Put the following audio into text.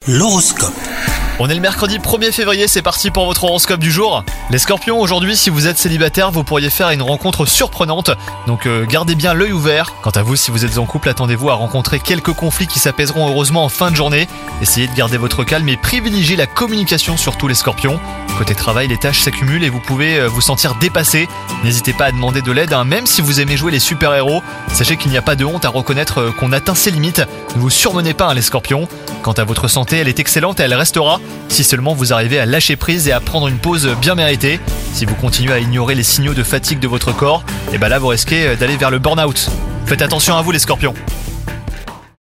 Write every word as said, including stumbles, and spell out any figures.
L'horoscope. On est le mercredi premier février, c'est parti pour votre horoscope du jour. Les scorpions, aujourd'hui, si vous êtes célibataire, vous pourriez faire une rencontre surprenante, donc euh, gardez bien l'œil ouvert. Quant à vous, si vous êtes en couple, attendez-vous à rencontrer quelques conflits qui s'apaiseront heureusement en fin de journée. Essayez de garder votre calme et privilégiez la communication sur tous les scorpions. Côté travail, les tâches s'accumulent et vous pouvez euh, vous sentir dépassé. N'hésitez pas à demander de l'aide, hein, même si vous aimez jouer les super-héros. Sachez qu'il n'y a pas de honte à reconnaître euh, qu'on atteint ses limites. Ne vous surmenez pas, hein, les scorpions. Quant à votre santé, elle est excellente et elle restera, si seulement vous arrivez à lâcher prise et à prendre une pause bien méritée. Si vous continuez à ignorer les signaux de fatigue de votre corps, et ben là vous risquez d'aller vers le burn-out. Faites attention à vous les scorpions.